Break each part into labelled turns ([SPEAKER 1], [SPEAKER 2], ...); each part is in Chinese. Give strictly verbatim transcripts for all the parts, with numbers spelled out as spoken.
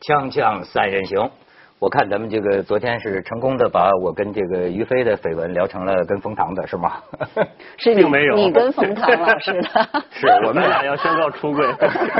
[SPEAKER 1] 锵锵三人行，我看咱们这个昨天是成功的把我跟这个于飞的绯闻聊成了跟冯唐的，是吗？
[SPEAKER 2] 是
[SPEAKER 3] 并没有，
[SPEAKER 2] 你跟冯唐老师的，
[SPEAKER 3] 是我们俩要宣告出柜。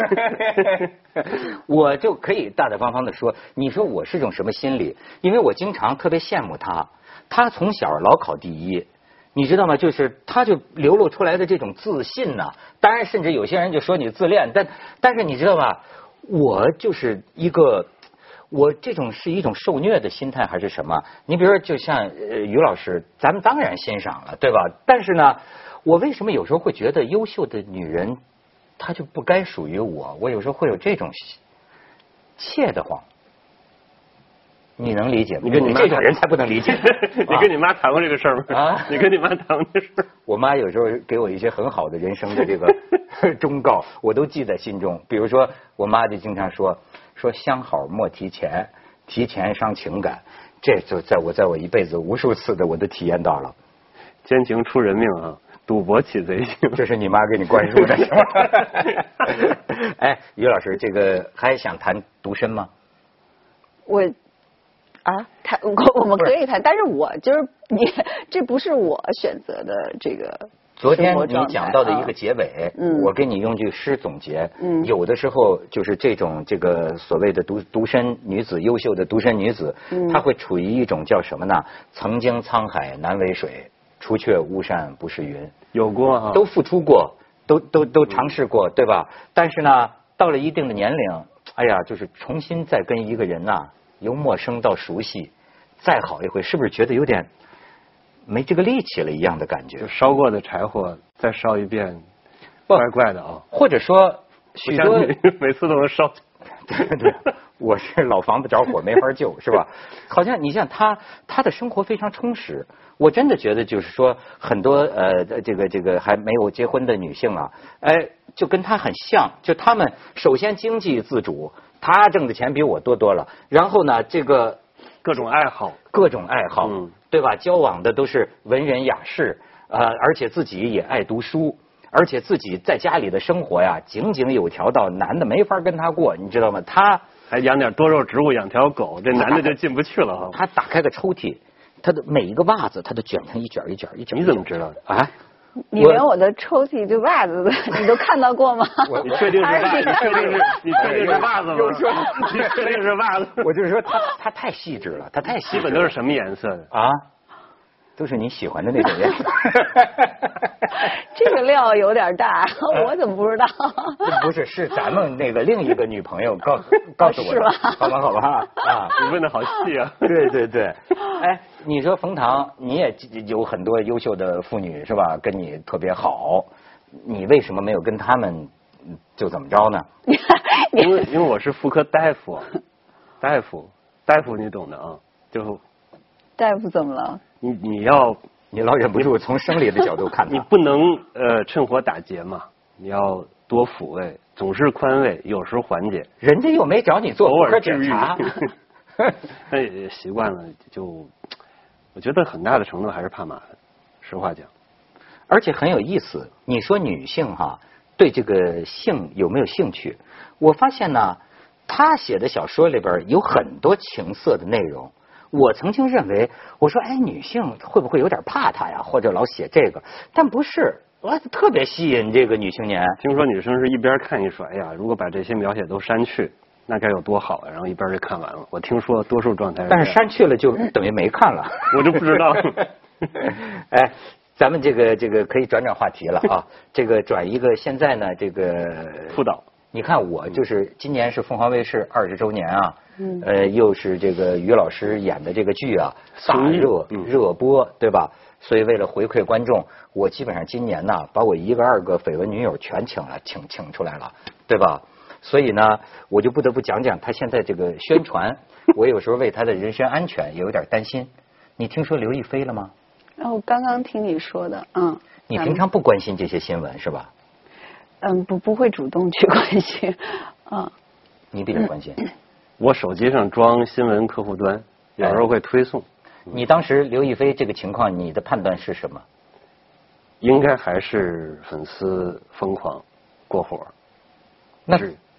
[SPEAKER 1] 我就可以大大方方的说，你说我是种什么心理？因为我经常特别羡慕他，他从小老考第一。你知道吗？就是他就流露出来的这种自信呐、啊。当然，甚至有些人就说你自恋，但但是你知道吧？我就是一个，我这种是一种受虐的心态还是什么？你比如说，就像呃于老师，咱们当然欣赏了，对吧？但是呢，我为什么有时候会觉得优秀的女人她就不该属于我？我有时候会有这种怯得慌。你能理解吗？
[SPEAKER 3] 你跟你妈
[SPEAKER 1] 这种人才不能理解。
[SPEAKER 3] 你跟你妈谈过这个事儿吗？啊，你跟你妈谈过这事儿？
[SPEAKER 1] 我妈有时候给我一些很好的人生的这个忠告，我都记在心中。比如说，我妈就经常说说相好莫提前，提前伤情感。这就在我在我一辈子无数次的我都体验到了。
[SPEAKER 3] 奸情出人命啊，赌博起贼心。
[SPEAKER 1] 这是你妈给你灌输的是吗？哎，于老师，这个还想谈独身吗？
[SPEAKER 2] 我。啊，谈我我们可以谈，但是我就是你，这不是我选择的这个。
[SPEAKER 1] 昨天你讲到的一个结尾，
[SPEAKER 2] 嗯，
[SPEAKER 1] 我给你用句诗总结，
[SPEAKER 2] 嗯，
[SPEAKER 1] 有的时候就是这种这个所谓的独独身女子，优秀的独身女子，嗯，她会处于一种叫什么呢？曾经沧海难为水，除却巫山不是云。
[SPEAKER 3] 有过啊，
[SPEAKER 1] 都付出过，都都都尝试过，对吧？但是呢，到了一定的年龄，哎呀，就是重新再跟一个人呐、啊。由陌生到熟悉，再好一回，是不是觉得有点没这个力气了一样的感觉？
[SPEAKER 3] 就烧过的柴火再烧一遍，怪怪的啊。
[SPEAKER 1] 或者说，许多
[SPEAKER 3] 每次都能烧。
[SPEAKER 1] 对对，我是老房子着火没法救，是吧？好像你像他，他的生活非常充实。我真的觉得，就是说，很多呃，这个这个还没有结婚的女性啊，哎，就跟他很像，就他们首先经济自主。他挣的钱比我多多了，然后呢，这个
[SPEAKER 3] 各种爱好，
[SPEAKER 1] 各种爱好，
[SPEAKER 3] 嗯，
[SPEAKER 1] 对吧？交往的都是文人雅士，呃，而且自己也爱读书，而且自己在家里的生活呀，井井有条到男的没法跟他过，你知道吗？他
[SPEAKER 3] 还养点多肉植物，养条狗，这男的就进不去了哈。
[SPEAKER 1] 他打开个抽屉，他的每一个袜子，他都卷成一卷一卷一卷。
[SPEAKER 3] 你怎么知道的
[SPEAKER 1] 啊？
[SPEAKER 2] 你连我的抽屉就袜子的你都看到过吗？
[SPEAKER 3] 你确定是袜子？你确定是？你确定是袜子吗？
[SPEAKER 1] 又说
[SPEAKER 3] 你确定是袜子？
[SPEAKER 1] 我就是说他他太细致了，他太细致了。
[SPEAKER 3] 基本都是什么颜色的
[SPEAKER 1] 啊？都是你喜欢的那种颜色。
[SPEAKER 2] 这个料有点大，我怎么不知道？
[SPEAKER 1] 不是，是咱们那个另一个女朋友告告诉我的，好吧，好吧啊！
[SPEAKER 3] 你问的好细啊！
[SPEAKER 1] 对对对，哎，你说冯唐，你也有很多优秀的妇女是吧？跟你特别好，你为什么没有跟他们就怎么着呢？
[SPEAKER 3] 因为因为我是妇科大夫，大夫大夫你懂的啊，就
[SPEAKER 2] 大夫怎么了？
[SPEAKER 3] 你你要
[SPEAKER 1] 你老忍不住从生理的角度看他，
[SPEAKER 3] 你不能呃趁火打劫嘛，你要多抚慰，总是宽慰，有时缓解。
[SPEAKER 1] 人家又没找你做妇科检查，
[SPEAKER 3] 那也习惯了，就我觉得很大的程度还是怕麻烦，实话讲。
[SPEAKER 1] 而且很有意思，你说女性哈对这个性有没有兴趣？我发现呢，她写的小说里边有很多情色的内容。我曾经认为，我说哎，女性会不会有点怕他呀，或者老写这个？但不是，我特别吸引这个女青年。
[SPEAKER 3] 听说女生是一边看一说，哎呀，如果把这些描写都删去，那该有多好啊！然后一边就看完了。我听说多数状态是，
[SPEAKER 1] 但是删去了就等于没看了，
[SPEAKER 3] 我就不知道。
[SPEAKER 1] 哎，咱们这个这个可以转转话题了啊，这个转一个现在呢，这个
[SPEAKER 3] 辅导。
[SPEAKER 1] 你看我就是今年是凤凰卫视二十周年啊，嗯，呃，又是这个于老师演的这个剧啊，大热热播，对吧？所以为了回馈观众，我基本上今年呢，把我一个二个绯闻女友全请了，请请出来了，对吧？所以呢，我就不得不讲讲他现在这个宣传，我有时候为他的人身安全也有点担心。你听说刘亦菲了吗？
[SPEAKER 2] 哦，我刚刚听你说的，嗯。
[SPEAKER 1] 你平常不关心这些新闻是吧？
[SPEAKER 2] 嗯，不不会主动去关心，嗯。
[SPEAKER 1] 你比较关心？
[SPEAKER 3] 我手机上装新闻客户端，有时候会推送。
[SPEAKER 1] 你当时刘亦菲这个情况，你的判断是什么？
[SPEAKER 3] 应该还是粉丝疯狂过火。
[SPEAKER 1] 那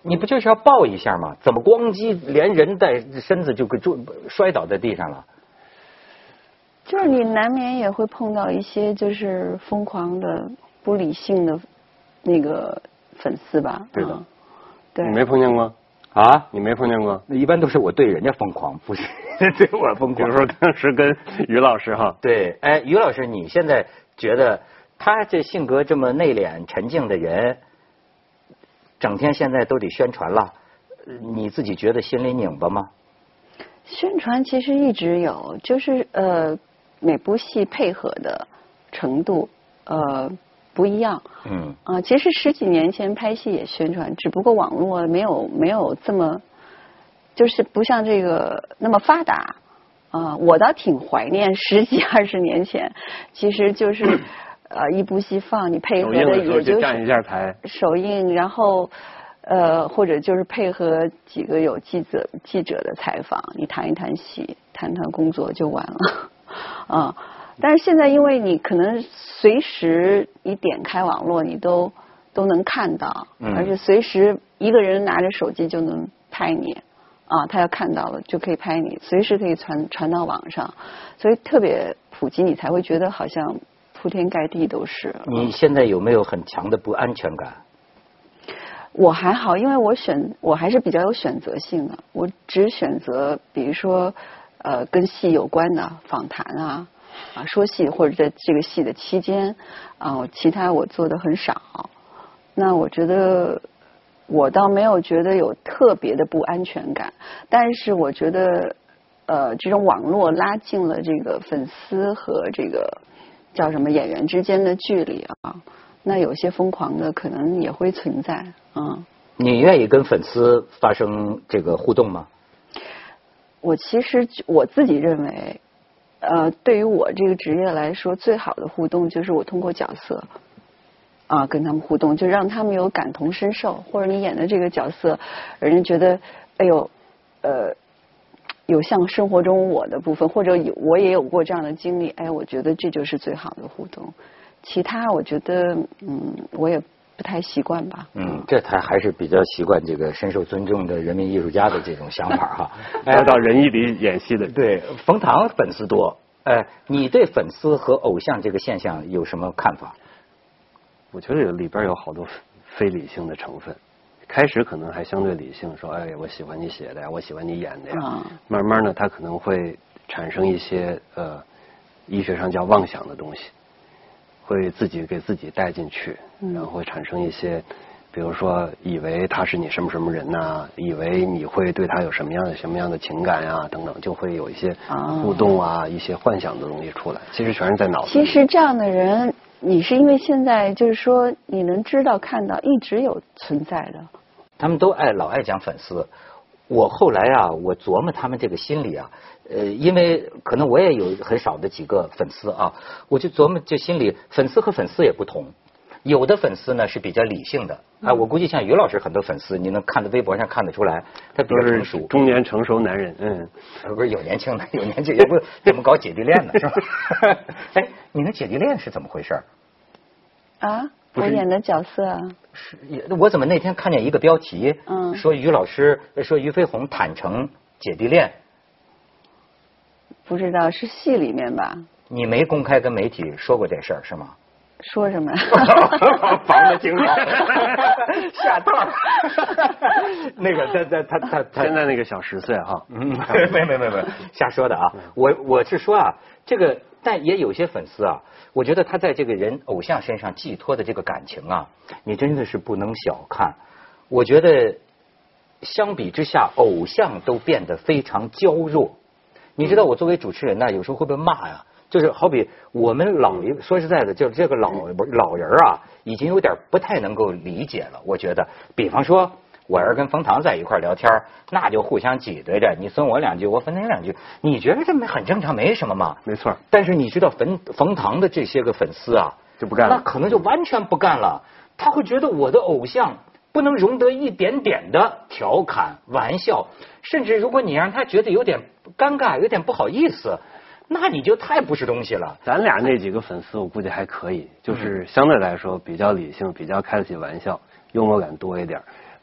[SPEAKER 1] 你不就是要抱一下吗？怎么咣叽连人带身子就给住摔倒在地上了？
[SPEAKER 2] 就是你难免也会碰到一些就是疯狂的、不理性的那个粉丝吧？
[SPEAKER 3] 对的。
[SPEAKER 2] 嗯、对。
[SPEAKER 3] 你没碰见过？
[SPEAKER 1] 啊？
[SPEAKER 3] 你没碰见过？
[SPEAKER 1] 一般都是我对人家疯狂，不是对我疯狂。
[SPEAKER 3] 比如说当时跟于老师哈。
[SPEAKER 1] 对，哎，于老师，你现在觉得他这性格这么内敛沉静的人，整天现在都得宣传了，你自己觉得心里拧巴吗？
[SPEAKER 2] 宣传其实一直有，就是呃每部戏配合的程度呃不一样。嗯。啊、呃，其实十几年前拍戏也宣传，只不过网络没有没有这么，就是不像这个那么发达。啊、呃，我倒挺怀念十几二十年前，其实就是呃一部戏放你配合的也就是
[SPEAKER 3] 站一下台
[SPEAKER 2] 首映，然后呃或者就是配合几个有记者记者的采访，你谈一谈戏，谈谈工作就完了啊。但是现在因为你可能随时你点开网络你都都能看到，嗯、而且随时一个人拿着手机就能拍你啊，他要看到了就可以拍你，随时可以传传到网上，所以特别普及，你才会觉得好像铺天盖地都是。
[SPEAKER 1] 你现在有没有很强的不安全感？
[SPEAKER 2] 我还好，因为我选我还是比较有选择性的，我只选择比如说呃跟戏有关的访谈啊。啊，说戏或者在这个戏的期间，啊，其他我做的很少。那我觉得我倒没有觉得有特别的不安全感，但是我觉得呃，这种网络拉近了这个粉丝和这个叫什么演员之间的距离啊。那有些疯狂的可能也会存在啊。
[SPEAKER 1] 你愿意跟粉丝发生这个互动吗？
[SPEAKER 2] 我其实我自己认为。呃，对于我这个职业来说，最好的互动就是我通过角色啊跟他们互动，就让他们有感同身受，或者你演的这个角色，人家觉得哎呦，呃，有像生活中我的部分，或者有我也有过这样的经历，哎，我觉得这就是最好的互动。其他我觉得，嗯，我也不太习惯吧。
[SPEAKER 1] 嗯，这他还是比较习惯这个深受尊重的人民艺术家的这种想法哈。
[SPEAKER 3] 哎，到仁义里演戏的。
[SPEAKER 1] 对，冯唐粉丝多。哎，你对粉丝和偶像这个现象有什么看法？
[SPEAKER 3] 我觉得里边有好多非理性的成分。开始可能还相对理性，说哎，我喜欢你写的呀，我喜欢你演的呀。嗯、慢慢呢，他可能会产生一些呃，医学上叫妄想的东西，会自己给自己带进去，然后会产生一些。比如说，以为他是你什么什么人呐、啊，以为你会对他有什么样的什么样的情感呀、啊，等等，就会有一些互动啊，哦、一些幻想的东西出来。其实全是在脑子里。
[SPEAKER 2] 其实这样的人，你是因为现在就是说你能知道看到，一直有存在的。
[SPEAKER 1] 他们都爱老爱讲粉丝，我后来啊，我琢磨他们这个心理啊，呃，因为可能我也有很少的几个粉丝啊，我就琢磨这心里，粉丝和粉丝也不同。有的粉丝呢是比较理性的，啊，我估计像于老师很多粉丝，你能看到微博上看得出来，他比较成熟，
[SPEAKER 3] 中年成熟男人，嗯，
[SPEAKER 1] 不是有年轻的，有年轻，也不怎么搞姐弟恋呢，是吧？哎，你那姐弟恋是怎么回事？
[SPEAKER 2] 啊，我演的角色啊。
[SPEAKER 1] 是，我怎么那天看见一个标题，
[SPEAKER 2] 嗯，
[SPEAKER 1] 说于老师说于飞鸿坦诚姐弟恋，
[SPEAKER 2] 不知道是戏里面吧？
[SPEAKER 1] 你没公开跟媒体说过这事儿是吗？
[SPEAKER 2] 说什么？
[SPEAKER 1] 防着听好，下套。那个他他他他他
[SPEAKER 3] 现在那个小十岁哈，
[SPEAKER 1] 嗯，没没没没，瞎说的啊。我我是说啊，这个但也有些粉丝啊，我觉得他在这个人偶像身上寄托的这个感情啊，你真的是不能小看。我觉得相比之下，偶像都变得非常娇弱。你知道我作为主持人呢，有时候会被骂呀。就是好比我们老一说实在的，就这个老老人啊，已经有点不太能够理解了。我觉得，比方说，我要是跟冯唐在一块聊天，那就互相挤兑着，你损我两句，我分你两句，你觉得这没很正常，没什么嘛？
[SPEAKER 3] 没错。
[SPEAKER 1] 但是你知道冯冯唐的这些个粉丝啊，
[SPEAKER 3] 就不干了，
[SPEAKER 1] 那可能就完全不干了。他会觉得我的偶像不能容得一点点的调侃、玩笑，甚至如果你让他觉得有点尴尬、有点不好意思。那你就太不是东西了。
[SPEAKER 3] 咱俩那几个粉丝，我估计还可以，就是相对来说比较理性，比较开得起玩笑，幽默感多一点。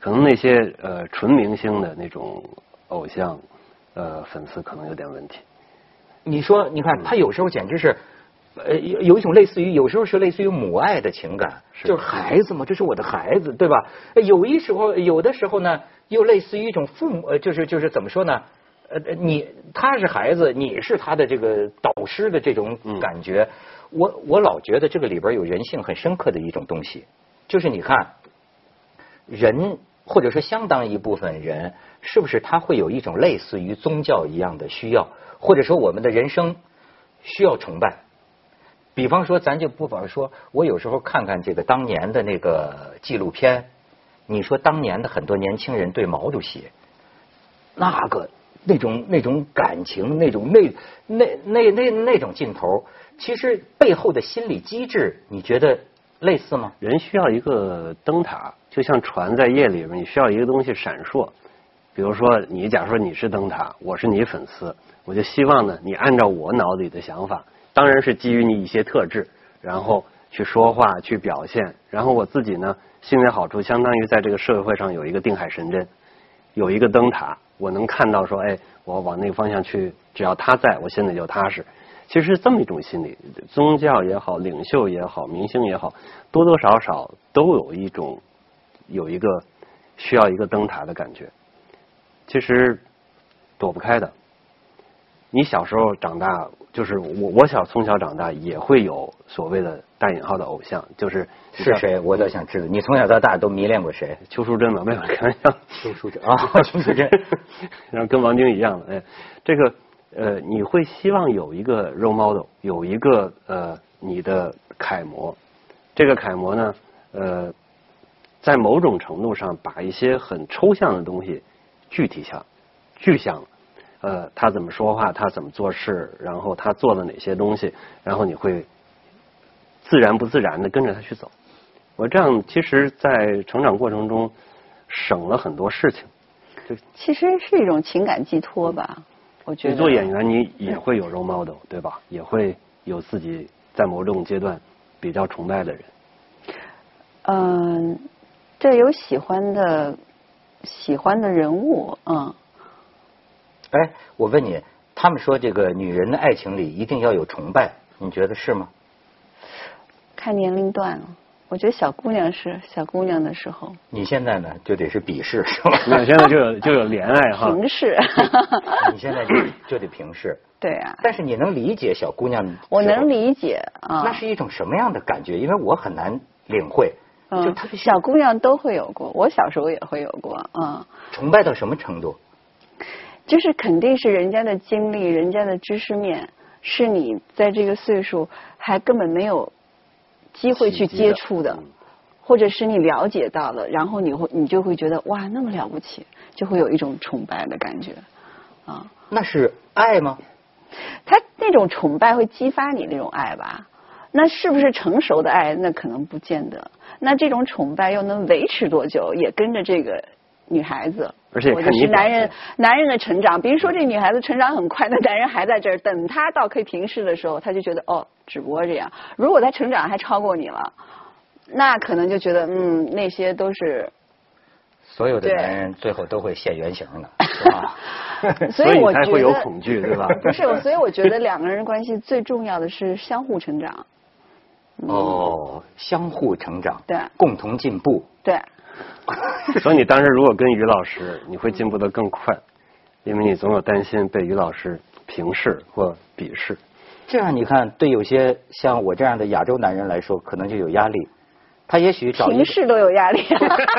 [SPEAKER 3] 可能那些呃纯明星的那种偶像，呃粉丝可能有点问题。
[SPEAKER 1] 你说，你看他有时候简直是，呃，有有一种类似于，有时候是类似于母爱的情感，
[SPEAKER 3] 是
[SPEAKER 1] 就是孩子嘛，这是我的孩子，对吧？有一时候，有的时候呢，又类似于一种父母，呃，就是就是怎么说呢？呃，你他是孩子，你是他的这个导师的这种感觉。嗯、我我老觉得这个里边有人性很深刻的一种东西，就是你看，人或者说相当一部分人，是不是他会有一种类似于宗教一样的需要，或者说我们的人生需要崇拜？比方说，咱就不妨说，我有时候看看这个当年的那个纪录片，你说当年的很多年轻人对毛主席那个。那种那种感情，那种那那那那那种劲头，其实背后的心理机制，你觉得类似吗？
[SPEAKER 3] 人需要一个灯塔，就像船在夜里边，你需要一个东西闪烁。比如说，你假如说你是灯塔，我是你粉丝，我就希望呢，你按照我脑子里的想法，当然是基于你一些特质，然后去说话、去表现，然后我自己呢，幸运好处相当于在这个社会上有一个定海神针，有一个灯塔。我能看到说，哎，我往那个方向去，只要他在，我心里就踏实。其实是这么一种心理，宗教也好，领袖也好，明星也好，多多少少都有一种有一个需要一个灯塔的感觉。其实躲不开的。你小时候长大，就是我我小从小长大也会有所谓的带引号的偶像，就是
[SPEAKER 1] 是谁？我倒想知道。你从小到大都迷恋过谁？
[SPEAKER 3] 邱淑贞嘛，没有开玩笑。
[SPEAKER 1] 邱淑贞啊，邱淑贞，
[SPEAKER 3] 然后跟王晶一样的，哎，这个呃，你会希望有一个 role model， 有一个呃你的楷模。这个楷模呢，呃，在某种程度上把一些很抽象的东西具体化、具象了。呃，他怎么说话，他怎么做事，然后他做了哪些东西，然后你会自然不自然的跟着他去走。我这样其实，在成长过程中省了很多事情。就
[SPEAKER 2] 其实是一种情感寄托吧，我觉得。
[SPEAKER 3] 你做演员，你也会有 role model， 对吧？也会有自己在某种阶段比较崇拜的人。
[SPEAKER 2] 嗯，这有喜欢的喜欢的人物，嗯。
[SPEAKER 1] 哎，我问你，他们说这个女人的爱情里一定要有崇拜，你觉得是吗？
[SPEAKER 2] 看年龄段了，我觉得小姑娘是小姑娘的时候。
[SPEAKER 1] 你现在呢，就得是鄙视是吧？
[SPEAKER 3] 你现在就有就有怜爱哈。
[SPEAKER 2] 平视。
[SPEAKER 1] 你现在就就得平视。
[SPEAKER 2] 对啊。
[SPEAKER 1] 但是你能理解小姑娘？
[SPEAKER 2] 我能理解啊。
[SPEAKER 1] 那是一种什么样的感觉？因为我很难领会。
[SPEAKER 2] 嗯。
[SPEAKER 1] 就特别
[SPEAKER 2] 小姑娘都会有过，我小时候也会有过，嗯。
[SPEAKER 1] 崇拜到什么程度？
[SPEAKER 2] 就是肯定是人家的经历，人家的知识面，是你在这个岁数还根本没有机会去接触的，或者是你了解到了，然后你会你就会觉得哇那么了不起，就会有一种崇拜的感觉啊。
[SPEAKER 1] 那是爱吗？
[SPEAKER 2] 他那种崇拜会激发你那种爱吧？那是不是成熟的爱？那可能不见得。那这种崇拜又能维持多久？也跟着这个女孩子。
[SPEAKER 3] 而且
[SPEAKER 2] 或者是男人男人的成长，比如说这女孩子成长很快，那男人还在这儿，等他到可以平视的时候，他就觉得哦，只不过这样。如果他成长还超过你了，那可能就觉得嗯，那些都是。
[SPEAKER 1] 所有的男人最后都会现原形的，是吧？
[SPEAKER 2] 所以我觉得
[SPEAKER 3] 才会有恐惧，对吧？
[SPEAKER 2] 不是，所以我觉得两个人关系最重要的是相互成长。
[SPEAKER 1] 嗯、哦，相互成长，
[SPEAKER 2] 对，
[SPEAKER 1] 共同进步，
[SPEAKER 2] 对。
[SPEAKER 3] 所以你当时如果跟于老师，你会进步得更快，因为你总有担心被于老师平视或鄙视。
[SPEAKER 1] 这样你看，对有些像我这样的亚洲男人来说，可能就有压力。他也许找
[SPEAKER 2] 平视都有压力，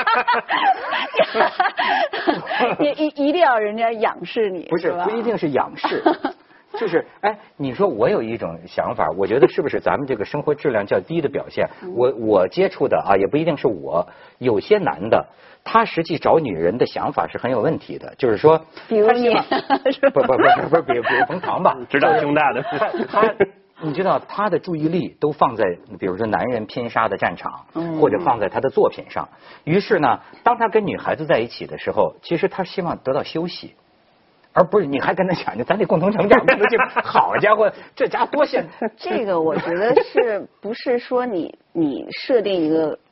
[SPEAKER 2] 你一一定要人家仰视你，
[SPEAKER 1] 不是不一定是仰视。就是哎，你说我有一种想法，我觉得是不是咱们这个生活质量较低的表现？我我接触的啊，也不一定是我，有些男的，他实际找女人的想法是很有问题的，就是说，
[SPEAKER 2] 比如你，
[SPEAKER 1] 不不不不不，比如比如冯唐吧，
[SPEAKER 3] 知道胸大的，
[SPEAKER 1] 他他，你知道他的注意力都放在比如说男人拼杀的战场，或者放在他的作品上。于是呢，当他跟女孩子在一起的时候，其实他希望得到休息。而不是你还跟他讲，咱得共同成长，共同进步。好家伙，这家伙多现。
[SPEAKER 2] 这个我觉得是不是说你你设定一个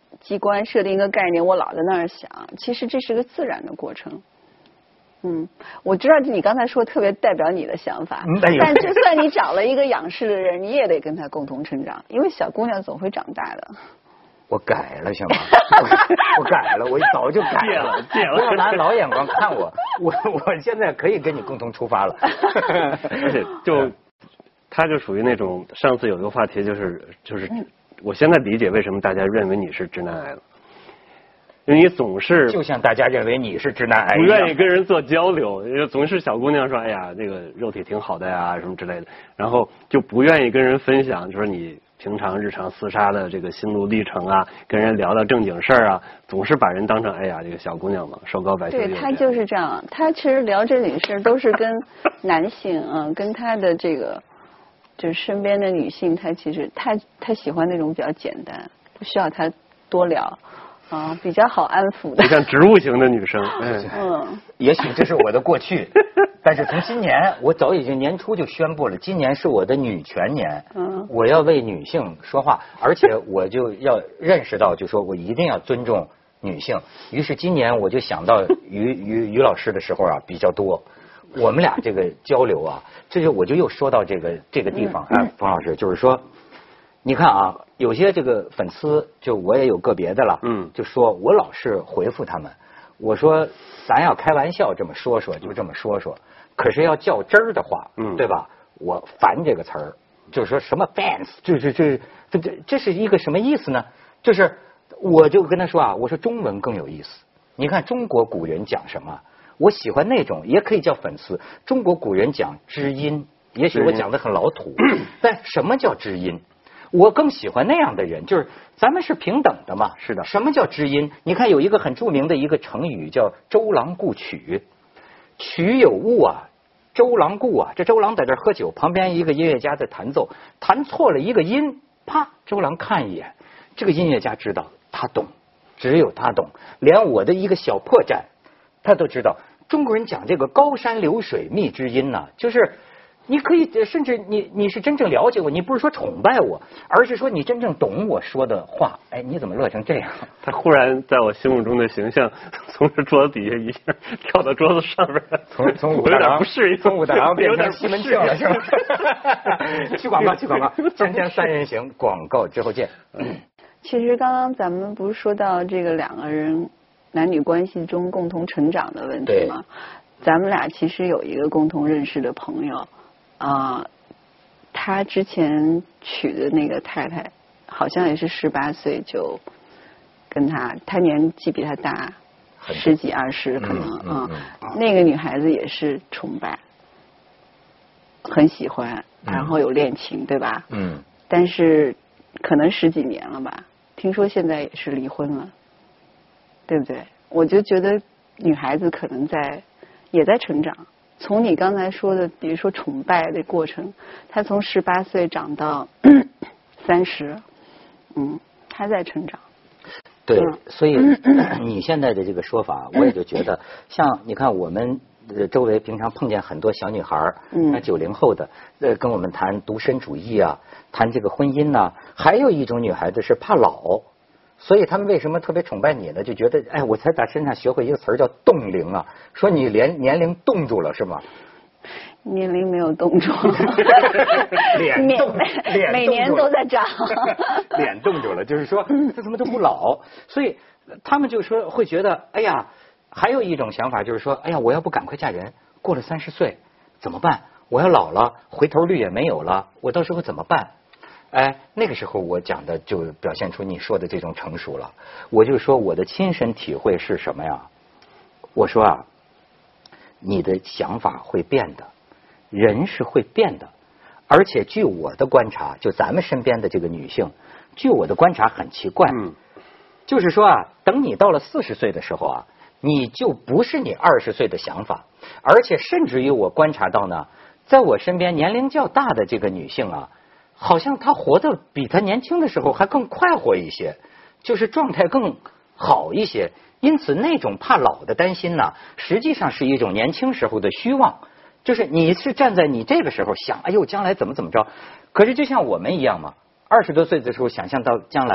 [SPEAKER 2] 机关，设定一个概念，我老在那儿想，其实这是个自然的过程。嗯，我知道你刚才说特别代表你的想法，
[SPEAKER 1] 嗯、
[SPEAKER 2] 但就算你找了一个仰视的人，你也得跟他共同成长，因为小姑娘总会长大的。
[SPEAKER 1] 我改了行吗？我改了，我早就改了，
[SPEAKER 3] 戒了，
[SPEAKER 1] 不要拿老眼光看我，我我现在可以跟你共同出发了。
[SPEAKER 3] 而且就他就属于那种，上次有一个话题就是就是，我现在理解为什么大家认为你是直男癌了。因为你总是
[SPEAKER 1] 就像大家认为你是直男癌，
[SPEAKER 3] 不愿意跟人做交流，总是小姑娘说，哎呀，这个肉体挺好的呀，什么之类的，然后就不愿意跟人分享，就是你平常日常厮杀的这个心路历程啊，跟人聊聊正经事儿啊，总是把人当成哎呀这个小姑娘嘛，瘦高白瘦幼。
[SPEAKER 2] 对，他就是这样，他其实聊正经事儿都是跟男性啊，跟他的这个就是身边的女性，他其实他他喜欢那种比较简单，不需要他多聊。啊，比较好安抚的，
[SPEAKER 3] 像植物型的女生。嗯，
[SPEAKER 2] 嗯，
[SPEAKER 1] 也许这是我的过去，但是从今年，我早已经年初就宣布了，今年是我的女权年。嗯，我要为女性说话，而且我就要认识到，就说我一定要尊重女性。于是今年我就想到于于于老师的时候啊比较多，我们俩这个交流啊，这就我就又说到这个这个地方。哎、嗯，冯老师，就是说。你看啊，有些这个粉丝，就我也有个别的了，嗯，就说我老是回复他们，我说咱要开玩笑这么说说，就这么说说，可是要较真儿的话，嗯，对吧？我烦这个词儿，就是说什么 fans， 就是这这这这是一个什么意思呢？就是我就跟他说啊，我说中文更有意思。你看中国古人讲什么？我喜欢那种，也可以叫粉丝。中国古人讲知音，也许我讲的很老土，但什么叫知音？我更喜欢那样的人，就是咱们是平等的嘛。
[SPEAKER 3] 是的。
[SPEAKER 1] 什么叫知音？你看有一个很著名的一个成语叫周郎顾曲，曲有误啊，周郎顾啊，这周郎在这喝酒，旁边一个音乐家在弹奏，弹错了一个音，啪，周郎看一眼，这个音乐家知道，他懂，只有他懂，连我的一个小破绽，他都知道。中国人讲这个高山流水觅知音呢，就是。你可以，甚至你你是真正了解我，你不是说崇拜我，而是说你真正懂我说的话。哎，你怎么乐成这样？
[SPEAKER 3] 他忽然在我心目中的形象，从这桌子底下一下跳到桌子上边，
[SPEAKER 1] 从从武大郎
[SPEAKER 3] 不适应，
[SPEAKER 1] 从武大郎变成西门庆了，是吧？去广告，去广告，今天三人行，广告之后见。
[SPEAKER 2] 其实刚刚咱们不是说到这个两个人男女关系中共同成长的问题吗？咱们俩其实有一个共同认识的朋友。啊、呃，他之前娶的那个太太，好像也是十八岁就跟他，他年纪比他大十几二十可能啊、嗯嗯嗯。那个女孩子也是崇拜，很喜欢，然后有恋情，对吧？嗯。但是可能十几年了吧，听说现在也是离婚了，对不对？我就觉得女孩子可能在也在成长。从你刚才说的，比如说崇拜的过程，他从十八岁长到三十，嗯，他在成长。
[SPEAKER 1] 对，嗯、所以你现在的这个说法，我也就觉得，像你看我们周围平常碰见很多小女孩，嗯，那九零后的，呃，跟我们谈独身主义啊，谈这个婚姻呐、啊，还有一种女孩子是怕老。所以他们为什么特别崇拜你呢？就觉得，哎，我才在身上学会一个词儿叫冻龄啊，说你连年龄冻住了是吗？
[SPEAKER 2] 年龄没有冻住，
[SPEAKER 1] 脸冻，脸
[SPEAKER 2] 每年都在长，
[SPEAKER 1] 脸冻住了，就是说这怎么都不老。所以他们就说会觉得，哎呀，还有一种想法就是说，哎呀，我要不赶快嫁人，过了三十岁怎么办？我要老了，回头率也没有了，我到时候怎么办？哎，那个时候我讲的就表现出你说的这种成熟了。我就说我的亲身体会是什么呀？我说啊，你的想法会变的，人是会变的。而且据我的观察，就咱们身边的这个女性，据我的观察很奇怪，嗯，就是说啊，等你到了四十岁的时候啊，你就不是你二十岁的想法，而且甚至于我观察到呢，在我身边年龄较大的这个女性啊。好像他活得比他年轻的时候还更快活一些，就是状态更好一些。因此，那种怕老的担心呢，实际上是一种年轻时候的虚妄。就是你是站在你这个时候想，哎呦，将来怎么怎么着。可是就像我们一样嘛，二十多岁的时候想象到将来，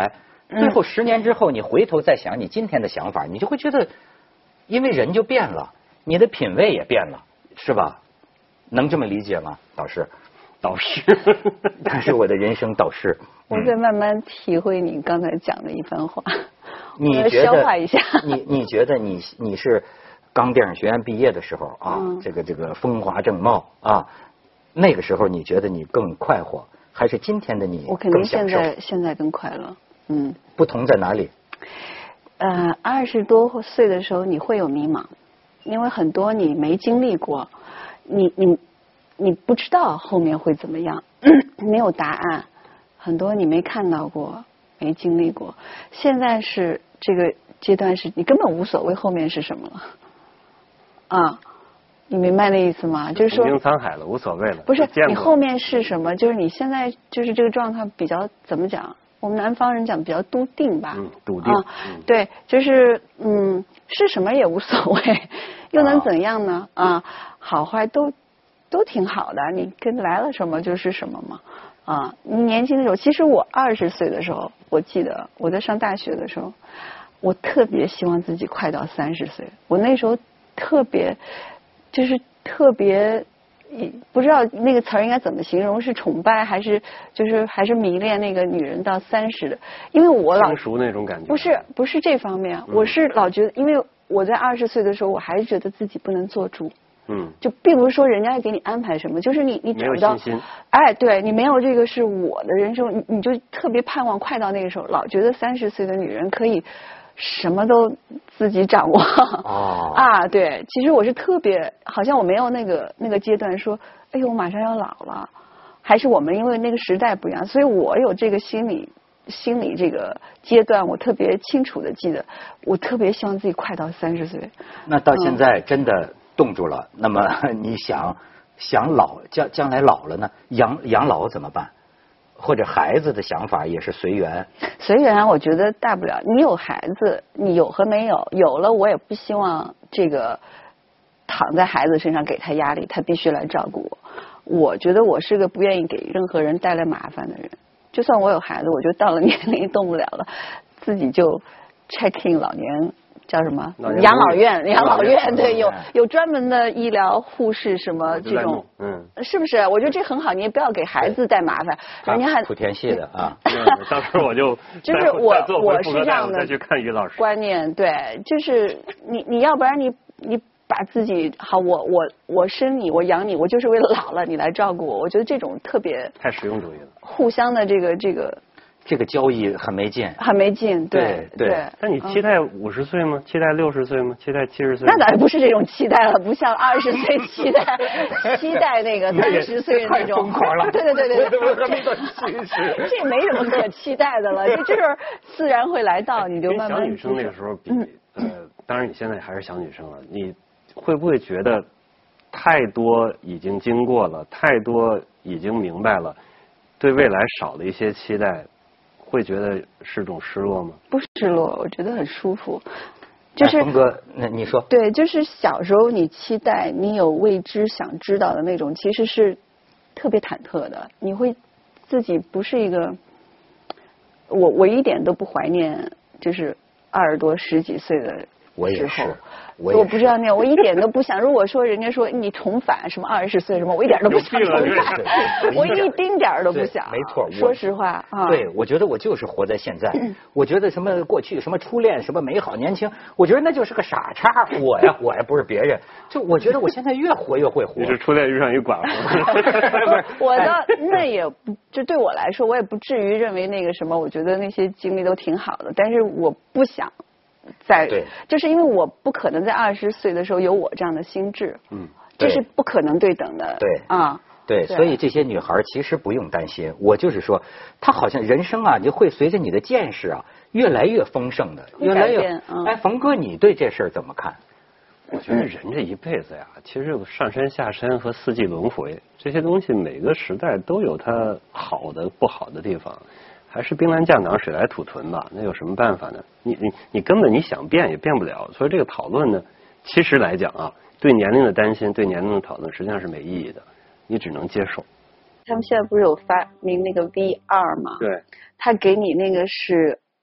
[SPEAKER 1] 最后十年之后，你回头再想你今天的想法，你就会觉得，因为人就变了，你的品味也变了，是吧？能这么理解吗，导师？
[SPEAKER 3] 导师，
[SPEAKER 1] 他是我的人生导师。
[SPEAKER 2] 我在慢慢体会你刚才讲的一番话，
[SPEAKER 1] 你觉得
[SPEAKER 2] 消化一下。
[SPEAKER 1] 你你觉得你你是刚电影学院毕业的时候啊，嗯、这个这个风华正茂啊，那个时候你觉得你更快活，还是今天的你更享受？
[SPEAKER 2] 我肯定现在现在更快乐。嗯。
[SPEAKER 1] 不同在哪里？
[SPEAKER 2] 呃，二十多岁的时候你会有迷茫，因为很多你没经历过，你你。你不知道后面会怎么样，没有答案，很多你没看到过，没经历过。现在是这个阶段，是你根本无所谓后面是什么了，啊，你明白那意思吗？就是说，
[SPEAKER 3] 曾经沧海了，无所谓了。
[SPEAKER 2] 不是，你后面是什么？就是你现在就是这个状态比较怎么讲？我们南方人讲比较笃定吧，
[SPEAKER 3] 嗯，笃定。
[SPEAKER 2] 啊，嗯、对，就是嗯，是什么也无所谓，又能怎样呢？啊，好坏都。都挺好的，你跟来了什么就是什么嘛，啊，你年轻的时候，其实我二十岁的时候，我记得我在上大学的时候，我特别希望自己快到三十岁，我那时候特别就是特别不知道那个词儿应该怎么形容，是崇拜还是就是还是迷恋那个女人到三十的，因为我老
[SPEAKER 3] 成熟那种感觉，
[SPEAKER 2] 不是不是这方面，我是老觉得，因为我在二十岁的时候，我还是觉得自己不能做主。嗯，就并不是说人家给你安排什么，就是你你找到，哎，对你没有这个是我的人生，你你就特别盼望快到那个时候，老觉得三十岁的女人可以什么都自己掌握。哦，啊，对，其实我是特别，好像我没有那个那个阶段说，哎呦，我马上要老了，还是我们因为那个时代不一样，所以我有这个心理心理这个阶段，我特别清楚的记得，我特别希望自己快到三十岁。
[SPEAKER 1] 那到现在真的。嗯冻住了，那么你想想老将将来老了呢？养养老怎么办？或者孩子的想法也是随缘。
[SPEAKER 2] 随缘，我觉得大不了你有孩子，你有和没有，有了我也不希望这个躺在孩子身上给他压力，他必须来照顾我。我觉得我是个不愿意给任何人带来麻烦的人，就算我有孩子，我就到了年龄动不了了，自己就 check in 老年。叫什么？养老院，养老院，对，有有专门的医疗护士什么这种，嗯，是不是？我觉得这很好，你也不要给孩子带麻烦。人家还
[SPEAKER 1] 莆田系的啊，
[SPEAKER 3] 到时候我就
[SPEAKER 2] 就是我我是这样的
[SPEAKER 3] 再去看于老师
[SPEAKER 2] 观念，对，就是你你要不然你你把自己好，我我我生你，我养你，我就是为了老了你来照顾我。我觉得这种特别
[SPEAKER 3] 太实用主义了，
[SPEAKER 2] 互相的这个这个。
[SPEAKER 1] 这个交易很没劲，
[SPEAKER 2] 很没劲，对
[SPEAKER 1] 对。
[SPEAKER 2] 对
[SPEAKER 3] 但你期待五十岁吗？期待六十岁吗？期待七十岁？
[SPEAKER 2] 那当然不是这种期待了，不像二十岁期待期待那个三十岁那种。
[SPEAKER 1] 太疯狂了！
[SPEAKER 2] 对对对对对，
[SPEAKER 1] 还没到七十，
[SPEAKER 2] 这没什么可期待的了，就就是自然会来到，你就慢慢。
[SPEAKER 3] 小女生那个时候比呃，当然你现在还是小女生了，你会不会觉得太多已经经过了，太多已经明白了，对未来少了一些期待？会觉得是种失落吗？
[SPEAKER 2] 不失落，我觉得很舒服。就是
[SPEAKER 1] 峰哥，那你说
[SPEAKER 2] 对，就是小时候你期待你有未知想知道的那种，其实是特别忐忑的。你会自己不是一个，我我一点都不怀念，就是二十多十几岁的时候。
[SPEAKER 1] 我也是，
[SPEAKER 2] 我我不知道那样，我一点都不想。如果说人家说你重返什么二十岁什么，我一点都不想重返，我一丁点儿都不想。
[SPEAKER 1] 没错，
[SPEAKER 2] 说实话啊。
[SPEAKER 1] 对，我觉得我就是活在现在。我觉得什么过去什么初恋什么美好年轻，我觉得那就是个傻叉。我呀，我呀不是别人。就我觉得我现在越活越会活。
[SPEAKER 3] 你是初恋遇上一寡妇。
[SPEAKER 2] 我的那也不，就对我来说，我也不至于认为那个什么，我觉得那些经历都挺好的，但是我不想。在，就是因为我不可能在二十岁的时候有我这样的心智，嗯，这是不可能对等的，
[SPEAKER 1] 对
[SPEAKER 2] 啊，
[SPEAKER 1] 对，所以这些女孩其实不用担心，我就是说，她好像人生啊，就会随着你的见识啊越来越丰盛的，越来越，哎，冯哥，你对这事儿怎么看？
[SPEAKER 3] 我觉得人这一辈子呀，其实有上山下山和四季轮回这些东西，每个时代都有它好的不好的地方。还是兵来将挡，水来土屯吧，那有什么办法呢？你你你根本你想变也变不了，所以这个讨论呢，其实来讲啊，对年龄的担心，对年龄的讨论实际上是没意义的，你只能接受。
[SPEAKER 2] 他们现在不是有发明那个 V R 吗？
[SPEAKER 3] 对，
[SPEAKER 2] 他给你那个是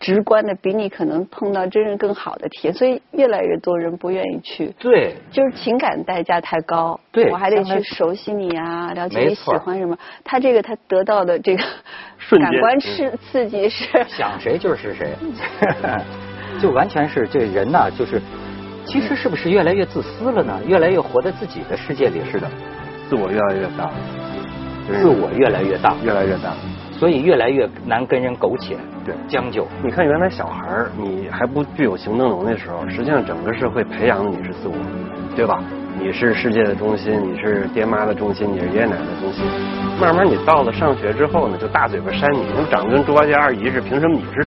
[SPEAKER 2] 直观的，比你可能碰到真正更好的体验，所以越来越多人不愿意去。
[SPEAKER 1] 对，
[SPEAKER 2] 就是情感代价太高。
[SPEAKER 1] 对，
[SPEAKER 2] 我还得去熟悉你啊，了解你喜欢什么。他这个他得到的这个感官刺刺激是
[SPEAKER 1] 想谁就是谁，就完全是这人呐，就是其实是不是越来越自私了呢？越来越活在自己的世界里。
[SPEAKER 3] 是的，自我越来越大，
[SPEAKER 1] 自我越来越大，
[SPEAKER 3] 越来越大。
[SPEAKER 1] 所以越来越难跟人苟且，
[SPEAKER 3] 对，
[SPEAKER 1] 将就。
[SPEAKER 3] 你看原来小孩儿，你还不具有行动能力的时候，实际上整个社会培养的你是自我，对吧？你是世界的中心，你是爹妈的中心，你是爷爷奶奶的中心。慢慢你到了上学之后呢，就大嘴巴扇你，你长得跟猪八戒二姨似的，凭什么你是